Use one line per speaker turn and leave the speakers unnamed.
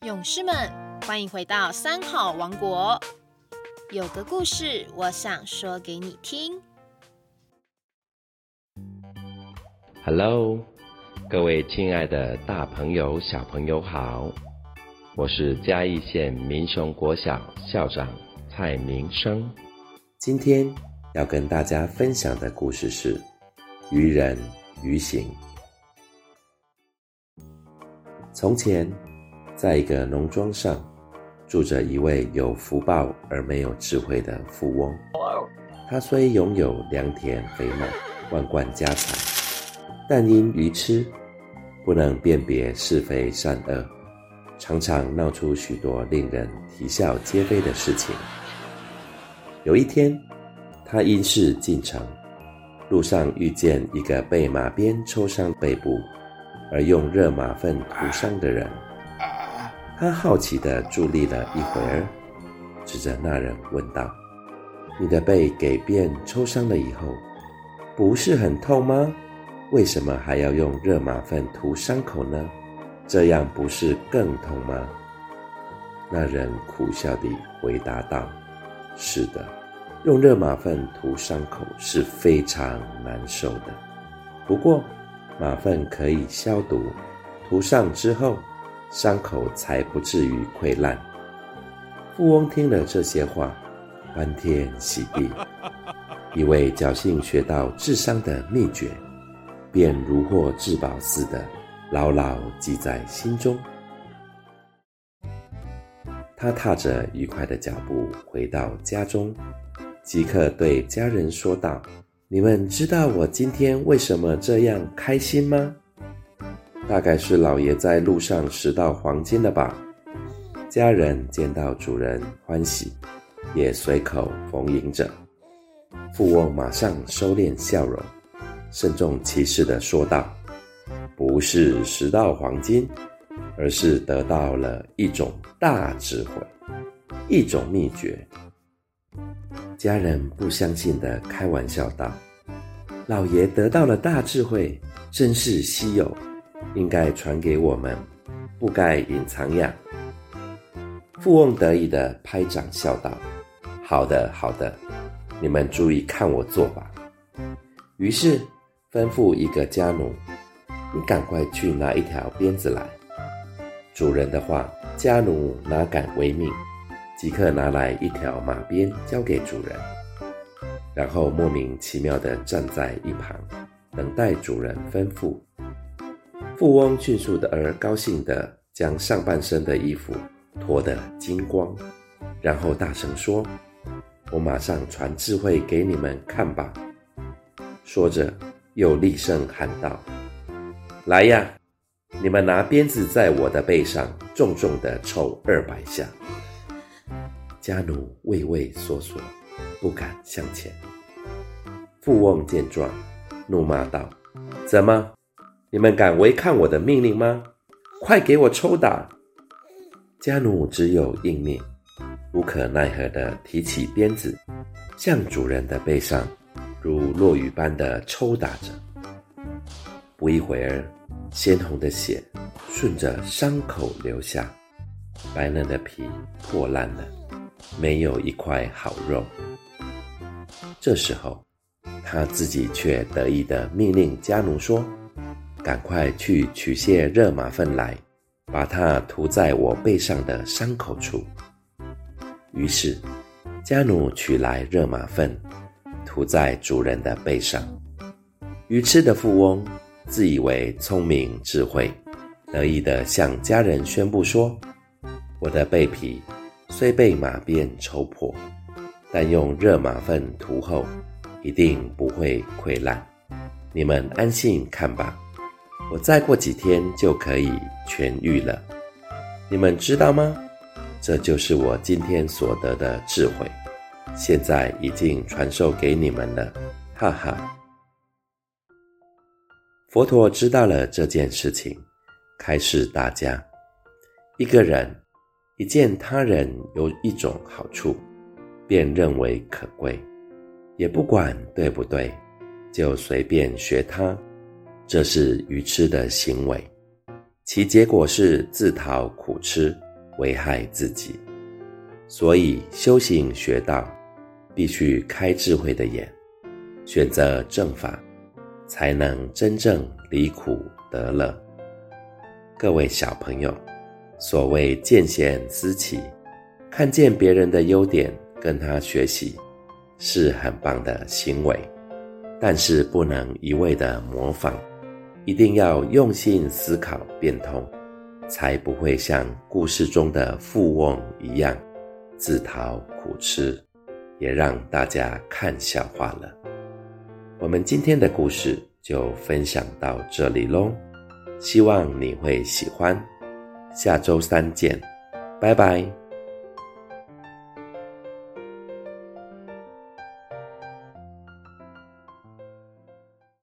勇士们，欢迎回到三好王国。有个故事，我想说给你听。
Hello， 各位亲爱的大朋友、小朋友好，我是嘉义县民雄国小校长蔡明生。今天要跟大家分享的故事是渔人鱼行。从前，在一个农庄上，住着一位有福报而没有智慧的富翁。他虽拥有良田肥美，万贯家财，但因愚痴，不能辨别是非善恶，常常闹出许多令人啼笑皆非的事情。有一天，他因事进城，路上遇见一个被马鞭抽伤背部而用热马粪涂伤的人。他好奇地伫立了一会儿，指着那人问道：“你的背给鞭抽伤了以后，不是很痛吗？为什么还要用热马粪涂伤口呢？这样不是更痛吗？”那人苦笑地回答道：“是的，用热马粪涂伤口是非常难受的。不过，马粪可以消毒，涂上之后，伤口才不至于溃烂。”富翁听了这些话，欢天喜地，以为侥幸学到治伤的秘诀，便如获至宝似的牢牢记在心中。他踏着愉快的脚步回到家中，即刻对家人说道：“你们知道我今天为什么这样开心吗？大概是老爷在路上拾到黄金了吧。”家人见到主人欢喜，也随口逢迎着。富翁马上收敛笑容，慎重其事地说道：“不是拾到黄金，而是得到了一种大智慧，一种秘诀。”家人不相信地开玩笑道：“老爷得到了大智慧，真是稀有，应该传给我们，不该隐藏呀。”富翁得意地拍掌笑道：“好的，好的，你们注意看我做吧。”于是吩咐一个家奴：“你赶快去拿一条鞭子来。”主人的话，家奴哪敢违命，即刻拿来一条马鞭交给主人，然后莫名其妙地站在一旁，等待主人吩咐。富翁迅速地而高兴地将上半身的衣服脱得精光，然后大声说：“我马上传智慧给你们看吧。”说着又厉声喊道：“来呀，你们拿鞭子在我的背上重重地抽200下。”家奴畏畏缩缩，不敢向前。富翁见状，怒骂道：“怎么，你们敢违抗我的命令吗？快给我抽打！”家奴只有应命，无可奈何地提起鞭子，向主人的背上如落雨般地抽打着。不一会儿，鲜红的血顺着伤口流下，白嫩的皮破烂了，没有一块好肉。这时候，他自己却得意地命令家奴说：“赶快去取些热马粪来，把它涂在我背上的伤口处。”于是，家奴取来热马粪，涂在主人的背上。愚痴的富翁自以为聪明智慧，得意地向家人宣布说：“我的背皮虽被马鞭抽破，但用热马粪涂后，一定不会溃烂。你们安心看吧，我再过几天就可以痊愈了。你们知道吗？这就是我今天所得的智慧，现在已经传授给你们了，哈哈。”佛陀知道了这件事情，开示大家：一个人一见他人有一种好处，便认为可贵，也不管对不对，就随便学他，这是愚痴的行为，其结果是自讨苦吃， 危害自己。所以修行学道，必须开智慧的眼，选择正法，才能真正离苦得乐。各位小朋友，所谓见贤思齐，看见别人的优点跟他学习，是很棒的行为，但是不能一味的模仿，一定要用心思考变通，才不会像故事中的富翁一样自讨苦吃，也让大家看笑话了。我们今天的故事就分享到这里咯，希望你会喜欢。下周三见，拜拜。